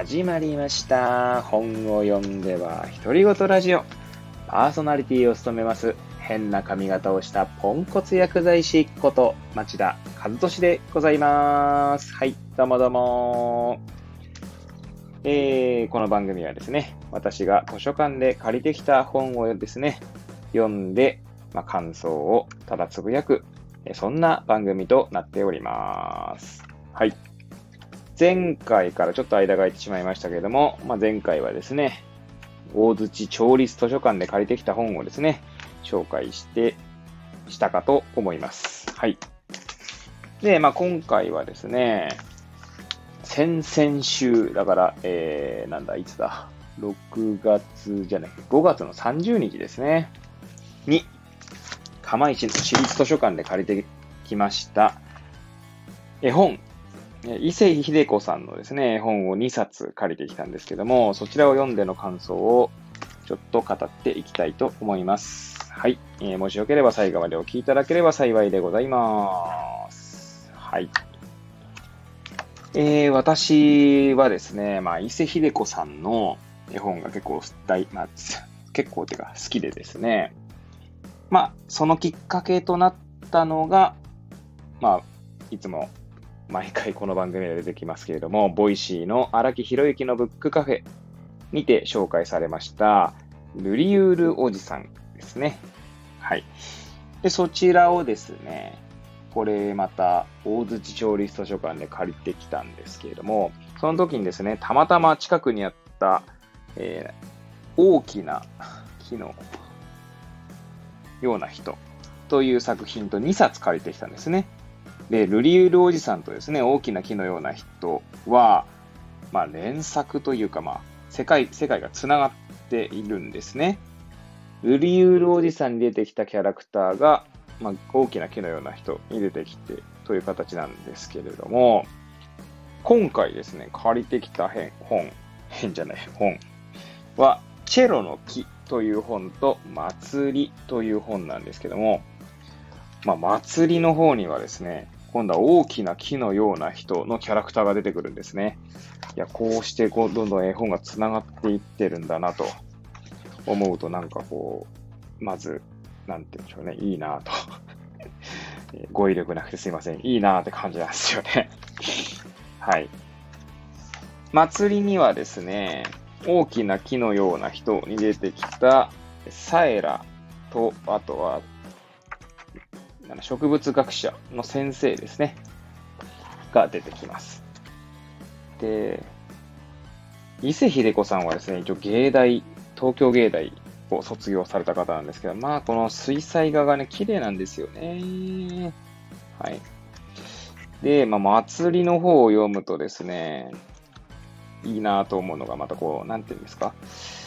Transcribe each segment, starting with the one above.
始まりました。本を読んでは独り言ラジオ。パーソナリティを務めます変な髪型をしたポンコツ薬剤師こと町田和俊でございます。はい、どうもどうも。この番組はですね、私が図書館で借りてきた本をですね、読んで、感想をただつぶやく、そんな番組となっております。はい。前回からちょっと間が空いてしまいましたけれども、前回はですね、大槌町立図書館で借りてきた本をですね、紹介したかと思います。はい。で、今回はですね、先々週、だから、いつだ、5月の30日ですね、に、釜石の市立図書館で借りてきました絵本、伊勢秀子さんのですね、絵本を2冊借りてきたんですけども、そちらを読んでの感想をちょっと語っていきたいと思います。はい。もしよければ最後までお聞きいただければ幸いでございます。はい。私はですね、伊勢秀子さんの絵本が結構好きでですね、そのきっかけとなったのが、いつも毎回この番組で出てきますけれども、ボイシーの荒木博之のブックカフェにて紹介されました、ルリユールおじさんですね。はい。で、そちらをですね、これまた大槌町立図書館で借りてきたんですけれども、その時にですね、たまたま近くにあった、大きな木のような人という作品と2冊借りてきたんですね。で、ルリユールおじさんとですね、大きな木のような人は、連作というか、世界がつながっているんですね。ルリユールおじさんに出てきたキャラクターが、大きな木のような人に出てきてという形なんですけれども、今回ですね、借りてきた本は、チェロの木という本と、祭りという本なんですけども、祭りの方にはですね、今度は大きな木のような人のキャラクターが出てくるんですね。いや、こうしてどんどん絵本がつながっていってるんだなと思うと、まず、なんて言うんでしょうね、いいなと。語彙力なくてすいません。いいなって感じなんですよね。はい。祭りにはですね、大きな木のような人に出てきたサエラと、あとは、植物学者の先生ですね、が出てきます。で、伊勢秀子さんはですね、一応東京芸大を卒業された方なんですけど、この水彩画がね、綺麗なんですよね。はい。で、祭りの方を読むとですね、いいなと思うのが、なんていうんですか、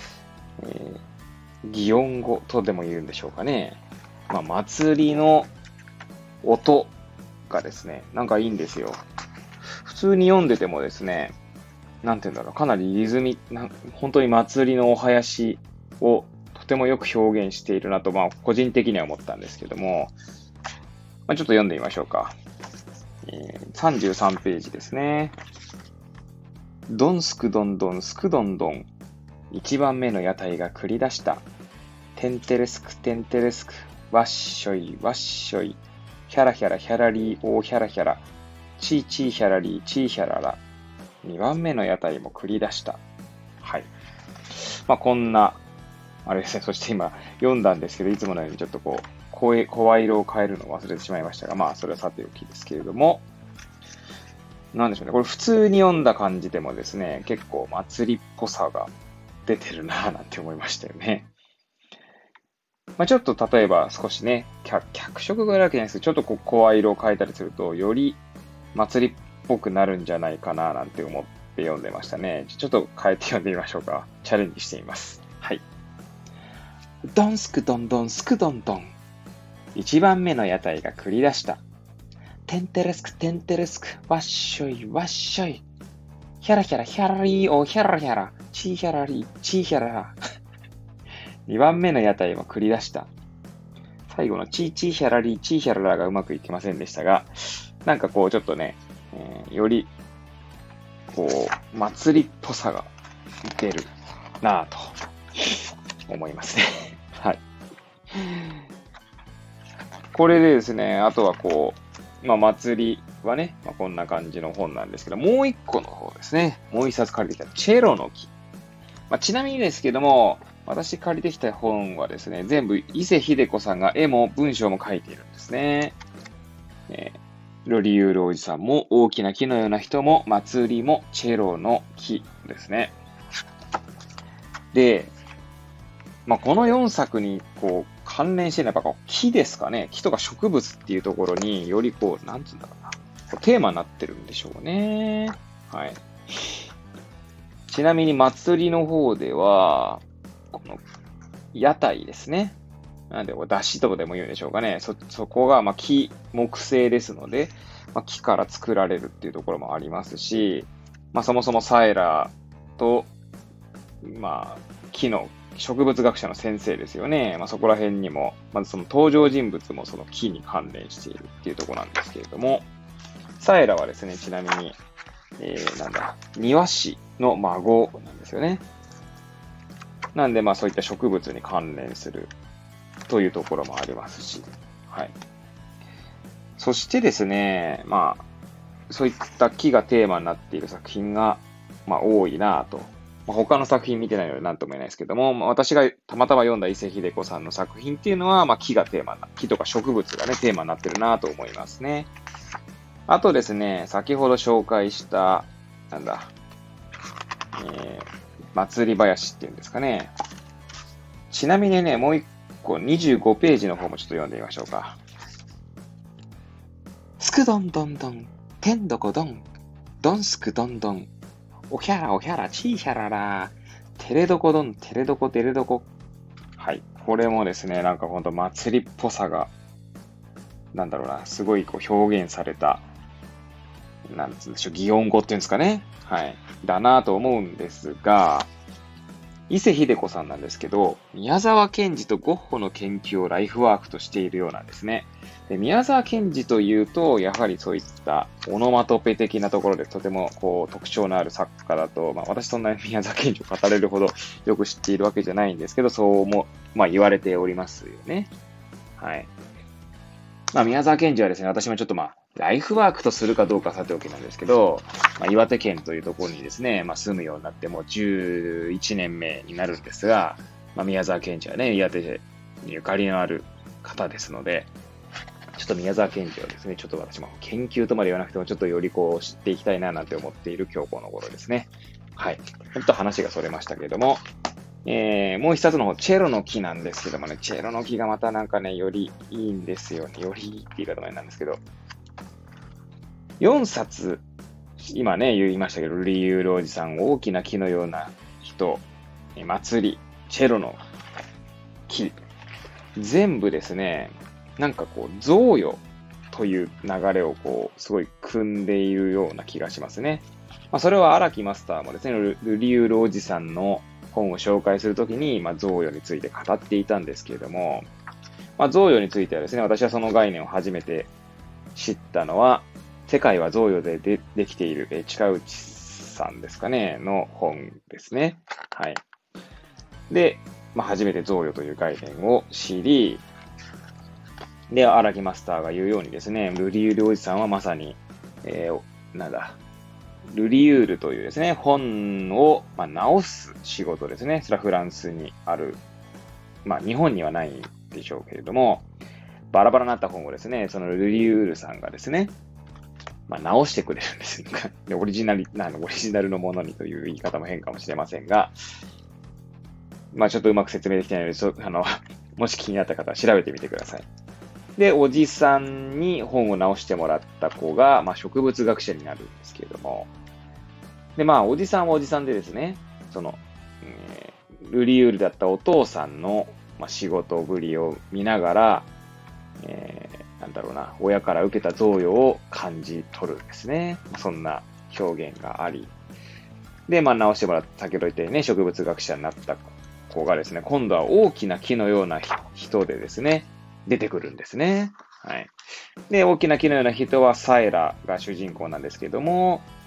擬音語とでも言うんでしょうかね。祭りの音がですね、いいんですよ。普通に読んでてもですね、かなり本当に祭りのお囃子をとてもよく表現しているなと、個人的には思ったんですけども、ちょっと読んでみましょうか。33ページですね。どんすくどんどんすくどんどん。1番目の屋台が繰り出した。てんてれすくてんてれすく。わっしょいわっしょい。ヒャラヒャラヒャラリーおーヒャラヒャラ。チーチーヒャラリーチーヒャララ。2番目の屋台も繰り出した。はい。こんな、あれですね。そして今読んだんですけど、いつものようにちょっと声色を変えるのを忘れてしまいましたが、それはさておきですけれども、なんでしょうね。これ普通に読んだ感じでもですね、結構祭りっぽさが出てるなぁなんて思いましたよね。ちょっと例えば少しね、脚色があるわけじゃないですけど、ちょっと声色を変えたりすると、より祭りっぽくなるんじゃないかななんて思って読んでましたね。ちょっと変えて読んでみましょうか。チャレンジしてみます。はい。どんすくどんどんすくどんどん。1番目の屋台が繰り出した。てんてれすくてんてれすく。わっしょいわっしょい。ヒャラヒャラヒャラリーおヒャラヒャラ。チーヒャラリーチーヒャララ。2番目の屋台も繰り出した。最後のチーチーヒャラリーチーヒャララがうまくいきませんでしたが、ちょっとね、よりこう、祭りっぽさが出るなぁと思いますね。はい。これでですね、あとはこう、祭りはね、こんな感じの本なんですけど、もう一個の方ですね。もう一冊借りてきた、チェロの木。ちなみにですけども、私借りてきた本はですね、全部伊勢秀子さんが絵も文章も書いているんですね。ロリユールおじさんも大きな木のような人も祭りもチェロの木ですね。で、この4作にこう関連してるのはやっぱ木ですかね。木とか植物っていうところによりこう、なんつうんだろうな。テーマになってるんでしょうね。はい。ちなみに祭りの方では、この屋台ですね。なんで、出汁とでも言うんでしょうかね。そこが木、木製ですので、木から作られるっていうところもありますし、そもそもサイラーと、木の植物学者の先生ですよね。そこら辺にも、まずその登場人物もその木に関連しているっていうところなんですけれども、サイラはですね、ちなみに、庭師の孫なんですよね。なんで、そういった植物に関連するというところもありますし、はい。そしてですね、そういった木がテーマになっている作品が、多いなぁと。他の作品見てないので何とも言えないですけども、私がたまたま読んだ伊勢秀子さんの作品っていうのは、木がテーマな、木とか植物がね、テーマになってるなぁと思いますね。あとですね、先ほど紹介した、祭り林っていうんですかね。ちなみにね、もう一個25ページの方もちょっと読んでみましょうか。すくどんどんどん、てんどこどん、どんすくどんどん、おひゃらおひゃらちーひゃらら、てれどこどん、てれどこてれどこ。はい。これもですね、なんかほんと祭りっぽさが、すごいこう表現された、なんつうんでしょう、擬音語っていうんですかね。はい。だなぁと思うんですが、伊勢秀子さんなんですけど、宮沢賢治とゴッホの研究をライフワークとしているようなんですね。で宮沢賢治というと、やはりそういったオノマトペ的なところでとてもこう特徴のある作家だと、私そんなに宮沢賢治を語れるほどよく知っているわけじゃないんですけど、そうも、言われておりますよね。はい。宮沢賢治はですね、私もちょっとライフワークとするかどうかさておきなんですけど、岩手県というところにですね、住むようになってもう11年目になるんですが、宮沢賢治はね、岩手にゆかりのある方ですので、ちょっと宮沢賢治をですね、ちょっと私も研究とまで言わなくても、ちょっとよりこう知っていきたいななんて思っている今日この頃ですね。はい。ちょっと話がそれましたけれども、もう一冊の方、チェロの木なんですけどもね、チェロの木がまたなんかね、よりいいんですよね。よりいいって言い方もなんですけど、4冊、今ね、言いましたけど、リユールおじさん、大きな木のような人、祭り、チェロの木、全部ですね、なんかこう、贈与という流れをこう、すごい組んでいるような気がしますね。それは荒木マスターもですね、ルリュールおじさんの本を紹介するときに、贈与について語っていたんですけれども、贈与についてはですね、私はその概念を初めて知ったのは、世界は贈与でできている、近内さんですかね、の本ですね。はい。で、初めて贈与という概念を知り、で、荒木マスターが言うようにですね、ルリユールおじさんはまさに、ルリユールというですね、本を、直す仕事ですね。それはフランスにある、日本にはないんでしょうけれども、バラバラになった本をですね、そのルリユールさんがですね、直してくれるんですよ。オリジナルのものにという言い方も変かもしれませんが、ちょっとうまく説明できてないので、もし気になった方は調べてみてください。で、おじさんに本を直してもらった子が、植物学者になるんですけれども、で、おじさんはおじさんでですね、その、ルリユールだったお父さんの、仕事ぶりを見ながら、親から受けた贈与を感じ取るんですね。そんな表現があり。で、直してもらった、先ほど言ったようにね、植物学者になった子がですね、今度は大きな木のような人でですね、出てくるんですね。はい。で、大きな木のような人はサイラが主人公なんですけども、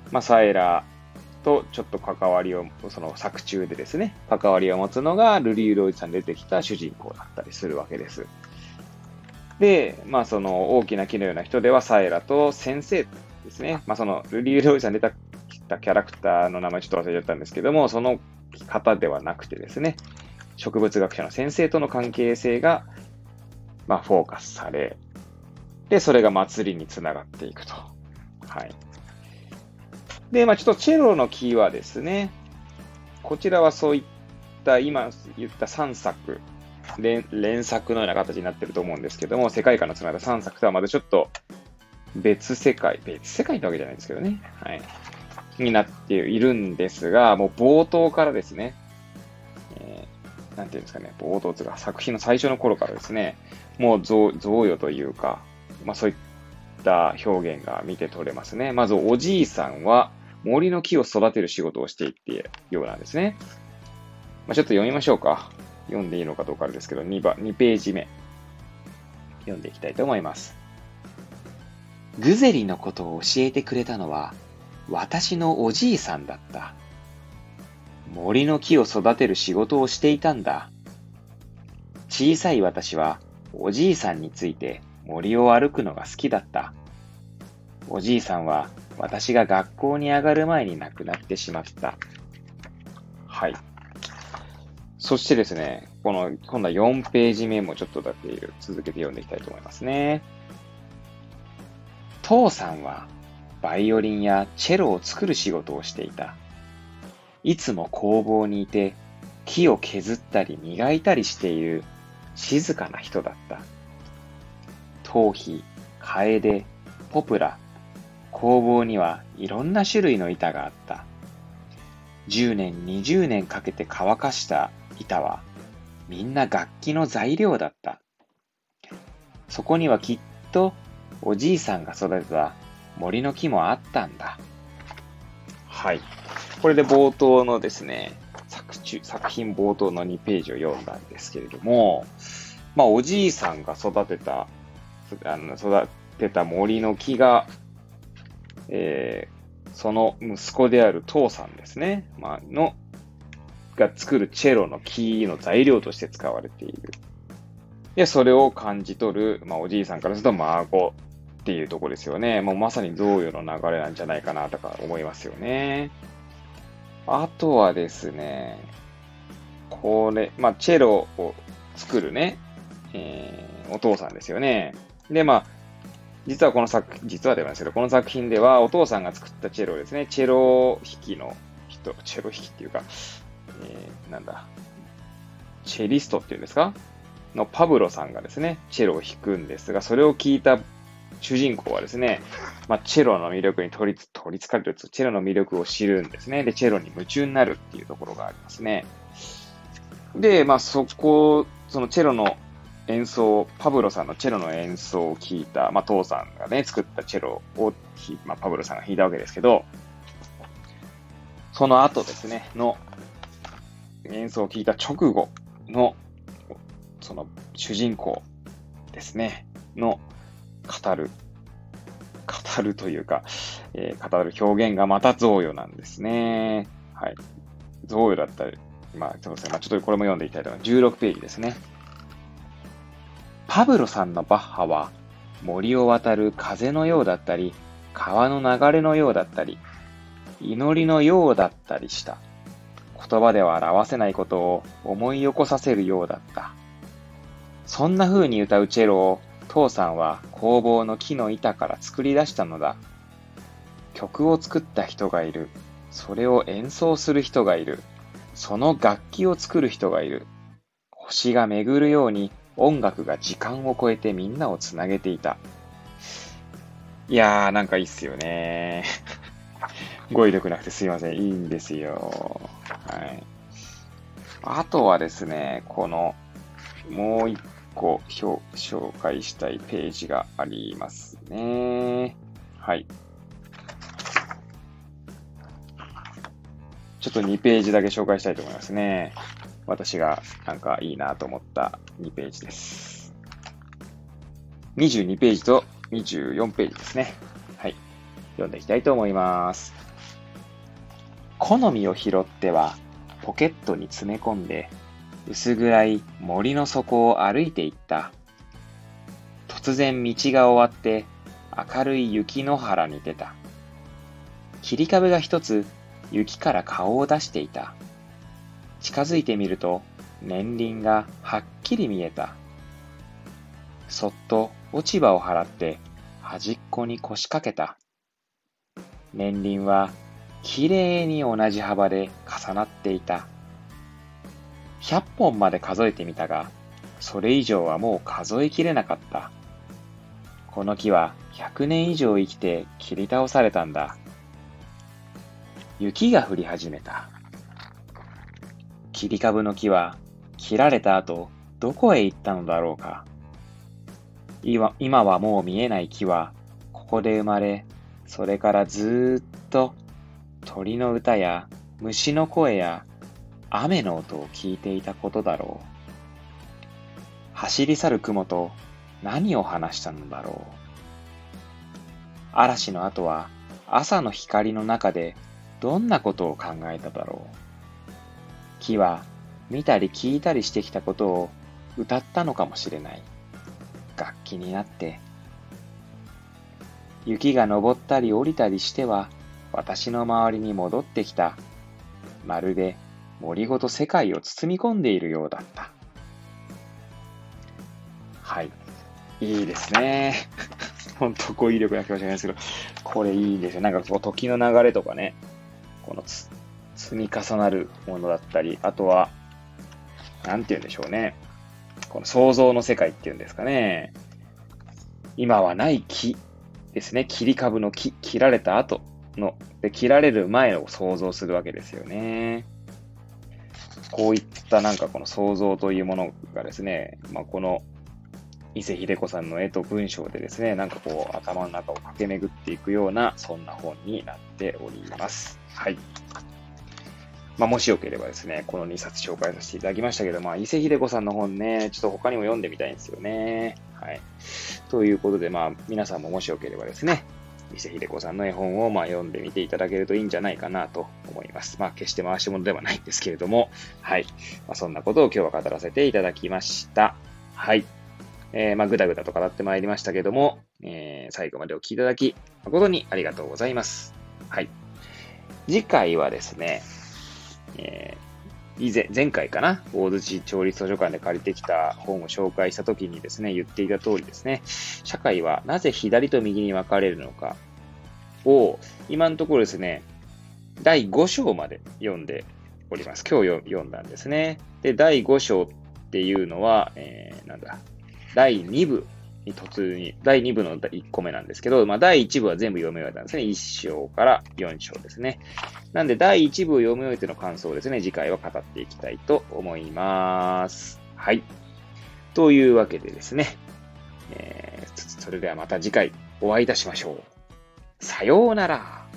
サエラとちょっと関わりを、その作中でですね、関わりを持つのがルリー・ロイさんに出てきた主人公だったりするわけです。で、その大きな木のような人ではサエラと先生ですね。そのルリー・ロイさんに出てきたキャラクターの名前ちょっと忘れちゃったんですけども、その方ではなくてですね、植物学者の先生との関係性が、フォーカスされ、で、それが祭りにつながっていくと。はい。で、ちょっとチェロのキーはですね、こちらはそういった今言った3作、連作のような形になってると思うんですけども、世界観のつながった3作とはまたちょっと別世界ってわけじゃないですけどね。はい。になっているんですが、もう冒頭からですね、なんていうんですかね、冒頭というか作品の最初の頃からですね、もう贈与というか、そういった表現が見て取れますね。まずおじいさんは森の木を育てる仕事をしていっているようなんですね。ちょっと読みましょうか。読んでいいのかどうかあれですけど、2ページ目。読んでいきたいと思います。グゼリのことを教えてくれたのは、私のおじいさんだった。森の木を育てる仕事をしていたんだ。小さい私は、おじいさんについて森を歩くのが好きだった。おじいさんは、私が学校に上がる前に亡くなってしまった。はい。そしてですね、今度は4ページ目もちょっとだけ続けて読んでいきたいと思いますね。父さんは、バイオリンやチェロを作る仕事をしていた。いつも工房にいて、木を削ったり磨いたりしている静かな人だった。頭皮、カエデ、ポプラ、工房にはいろんな種類の板があった。10年、20年かけて乾かした板はみんな楽器の材料だった。そこにはきっとおじいさんが育てた森の木もあったんだ。はい。これで冒頭のですね、作品冒頭の2ページを読んだんですけれども、おじいさんが育てた森の木が、その息子である父さんですね、が作るチェロの木の材料として使われている。で、それを感じ取る、おじいさんからすると孫っていうところですよね。もうまさに贈与の流れなんじゃないかなとか思いますよね。あとはですね、これ、チェロを作るね、お父さんですよね。で、実は実はではないですけど、この作品ではお父さんが作ったチェロですね、チェロ弾きっていうか、チェリストっていうんですかのパブロさんがですね、チェロを弾くんですが、それを聞いた主人公はですね、チェロの魅力に取り憑かれる、チェロの魅力を知るんですね。で、チェロに夢中になるっていうところがありますね。で、そのチェロのパブロさんのチェロの演奏を聞いた、父さんがね、作ったチェロをパブロさんが弾いたわけですけど、その後ですね、演奏を聞いた直後の、その主人公ですね、の語るというか、語る表現がまた贈与なんですね。はい。贈与だったり、そうですね。ちょっとこれも読んでいきたいと思います。16ページですね。パブロさんのバッハは森を渡る風のようだったり、川の流れのようだったり、祈りのようだったりした。言葉では表せないことを思い起こさせるようだった。そんな風に歌うチェロを父さんは工房の木の板から作り出したのだ。曲を作った人がいる。それを演奏する人がいる。その楽器を作る人がいる。星が巡るように音楽が時間を超えてみんなをつなげていた。いやー、なんかいいっすよね。語彙力なくてすいません。いいんですよ。はい。あとはですね、もう一個紹介したいページがありますね。はい。ちょっと2ページだけ紹介したいと思いますね。私がなんかいいなと思った2ページです。22ページと24ページですね。はい。読んでいきたいと思います。 好みを拾ってはポケットに詰め込んで、薄暗い森の底を歩いていった。突然道が終わって明るい雪の原に出た。切り株が一つ雪から顔を出していた。近づいてみると年輪がはっきり見えた。そっと落ち葉を払って端っこに腰掛けた。年輪はきれいに同じ幅で重なっていた。100本まで数えてみたが、それ以上はもう数えきれなかった。この木は100年以上生きて切り倒されたんだ。雪が降り始めた。切り株の木は切られた後、どこへ行ったのだろうか。今はもう見えない木は、ここで生まれ、それからずっと鳥の歌や虫の声や雨の音を聞いていたことだろう。走り去る雲と何を話したのだろう。嵐の後は朝の光の中でどんなことを考えただろう。木は見たり聞いたりしてきたことを歌ったのかもしれない。楽器になって。雪が登ったり降りたりしては私の周りに戻ってきた。まるで森ごと世界を包み込んでいるようだった。はい。いいですね。本当語彙力な気がしないですけど、これいいですよ。なんかこう時の流れとかね、この積み重なるものだったり、あとは、なんて言うんでしょうね。この想像の世界っていうんですかね。今はない木ですね。切り株の木、切られた後の、で、切られる前を想像するわけですよね。こういったなんかこの想像というものがですね、この伊勢秀子さんの絵と文章でですね、なんかこう頭の中を駆け巡っていくような、そんな本になっております。はい。もしよければですね、この2冊紹介させていただきましたけど、伊勢秀子さんの本ね、ちょっと他にも読んでみたいんですよね。はい。ということで、皆さんももしよければですね、伊勢秀子さんの絵本を読んでみていただけるといいんじゃないかなと思います。決して回し物ではないんですけれども、はい。そんなことを今日は語らせていただきました。はい。ぐだぐだと語ってまいりましたけども、最後までお聞きいただき、誠にありがとうございます。はい。次回はですね、前回かな、大槌町立図書館で借りてきた本を紹介したときにですね、言っていた通りですね、社会はなぜ左と右に分かれるのかを、今のところですね、第5章まで読んでおります。今日読んだんですね。で、第5章っていうのは、第2部に第2部の1個目なんですけど、第1部は全部読み終えたんですね。1章から4章ですね。なんで、第1部を読み終えての感想をですね、次回は語っていきたいと思います。はい。というわけでですね、それではまた次回お会いいたしましょう。さようなら。